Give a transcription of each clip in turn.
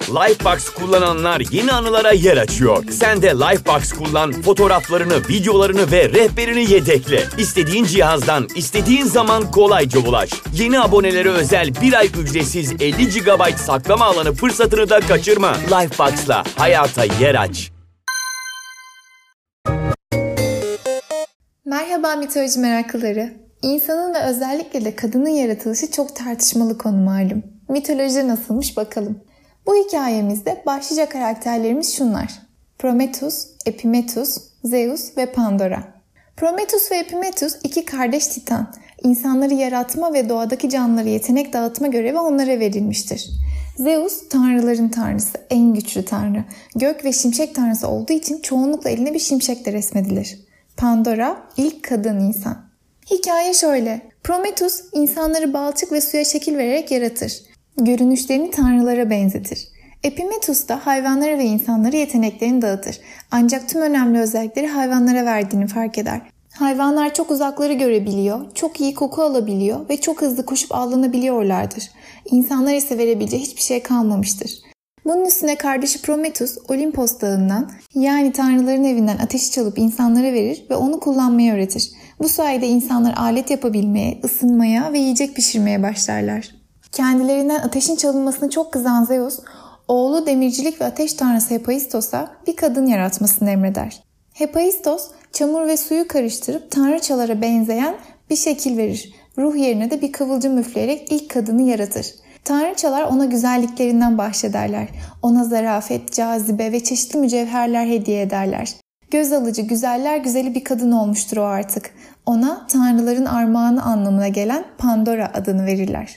Lifebox kullananlar yeni anılara yer açıyor. Sen de Lifebox kullan, fotoğraflarını, videolarını ve rehberini yedekle. İstediğin cihazdan, istediğin zaman kolayca ulaş. Yeni abonelere özel 1 ay ücretsiz 50 GB saklama alanı fırsatını da kaçırma. Lifebox'la hayata yer aç. Merhaba mitoloji meraklıları. İnsanın ve özellikle de kadının yaratılışı çok tartışmalı konu malum. Mitolojide nasılmış bakalım. Bu hikayemizde başlıca karakterlerimiz şunlar: Prometheus, Epimetheus, Zeus ve Pandora. Prometheus ve Epimetheus iki kardeş titan. İnsanları yaratma ve doğadaki canlılara yetenek dağıtma görevi onlara verilmiştir. Zeus, tanrıların tanrısı, en güçlü tanrı. Gök ve şimşek tanrısı olduğu için çoğunlukla eline bir şimşekle resmedilir. Pandora, ilk kadın insan. Hikaye şöyle: Prometheus, insanları balçık ve suya şekil vererek yaratır. Görünüşlerini tanrılara benzetir. Epimetheus da hayvanlara ve insanlara yeteneklerini dağıtır. Ancak tüm önemli özellikleri hayvanlara verdiğini fark eder. Hayvanlar çok uzakları görebiliyor, çok iyi koku alabiliyor ve çok hızlı koşup avlanabiliyorlardır. İnsanlar ise verebileceği hiçbir şey kalmamıştır. Bunun üstüne kardeşi Prometheus, Olimpos dağından, yani tanrıların evinden ateşi çalıp insanlara verir ve onu kullanmayı öğretir. Bu sayede insanlar alet yapabilmeye, ısınmaya ve yiyecek pişirmeye başlarlar. Kendilerinden ateşin çalınmasını çok kızan Zeus, oğlu demircilik ve ateş tanrısı Hephaistos'a bir kadın yaratmasını emreder. Hephaistos, çamur ve suyu karıştırıp tanrıçalara benzeyen bir şekil verir. Ruh yerine de bir kıvılcım üfleyerek ilk kadını yaratır. Tanrıçalar ona güzelliklerinden bahşederler. Ona zarafet, cazibe ve çeşitli mücevherler hediye ederler. Göz alıcı, güzeller güzeli bir kadın olmuştur o artık. Ona tanrıların armağanı anlamına gelen Pandora adını verirler.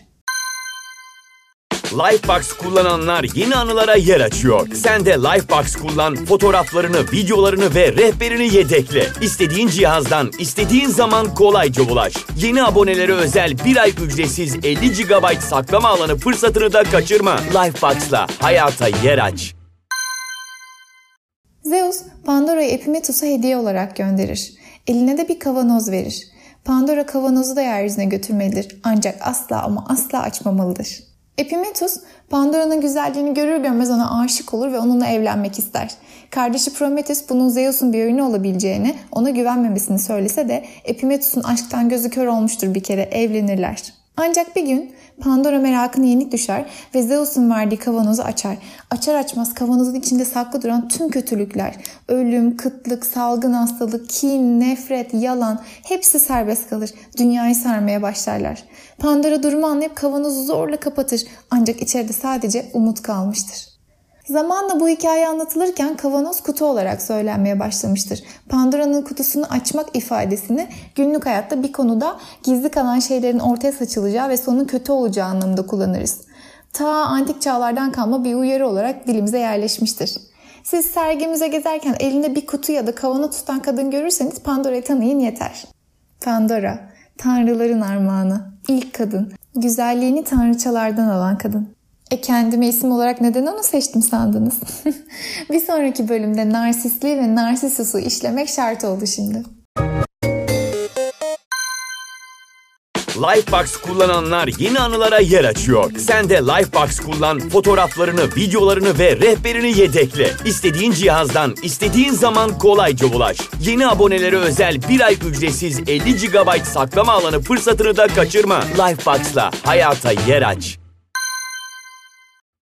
Lifebox kullananlar yeni anılara yer açıyor. Sen de Lifebox kullan, fotoğraflarını, videolarını ve rehberini yedekle. İstediğin cihazdan, istediğin zaman kolayca ulaş. Yeni abonelere özel 1 ay ücretsiz 50 GB saklama alanı fırsatını da kaçırma. Lifebox'la hayata yer aç. Zeus, Pandora'yı Epimetheus'a hediye olarak gönderir. Eline de bir kavanoz verir. Pandora kavanozu da yeryüzüne götürmelidir. Ancak asla ama asla açmamalıdır. Epimetheus, Pandora'nın güzelliğini görür görmez ona aşık olur ve onunla evlenmek ister. Kardeşi Prometheus bunun Zeus'un bir oyunu olabileceğini, ona güvenmemesini söylese de Epimetheus'un aşktan gözü kör olmuştur, bir kere evlenirler. Ancak bir gün Pandora merakına yenik düşer ve Zeus'un verdiği kavanozu açar. Açar açmaz kavanozun içinde saklı duran tüm kötülükler, ölüm, kıtlık, salgın hastalık, kin, nefret, yalan hepsi serbest kalır. Dünyayı sarmaya başlarlar. Pandora durumu anlayıp kavanozu zorla kapatır. Ancak içeride sadece umut kalmıştır. Zamanla bu hikaye anlatılırken kavanoz kutu olarak söylenmeye başlamıştır. Pandora'nın kutusunu açmak ifadesini günlük hayatta bir konuda gizli kalan şeylerin ortaya saçılacağı ve sonun kötü olacağı anlamında kullanırız. Ta antik çağlardan kalma bir uyarı olarak dilimize yerleşmiştir. Siz sergimize gezerken elinde bir kutu ya da kavanoz tutan kadın görürseniz Pandora'yı tanıyın yeter. Pandora, tanrıların armağanı, ilk kadın, güzelliğini tanrıçalardan alan kadın. Kendime isim olarak neden onu seçtim sandınız? Bir sonraki bölümde narsistliği ve narsissusu işlemek şart oldu şimdi. Lifebox kullananlar yeni anılara yer açıyor. Sen de Lifebox kullan, fotoğraflarını, videolarını ve rehberini yedekle. İstediğin cihazdan, istediğin zaman kolayca ulaş. Yeni abonelere özel 1 ay ücretsiz 50 GB saklama alanı fırsatını da kaçırma. Lifebox'la hayata yer aç.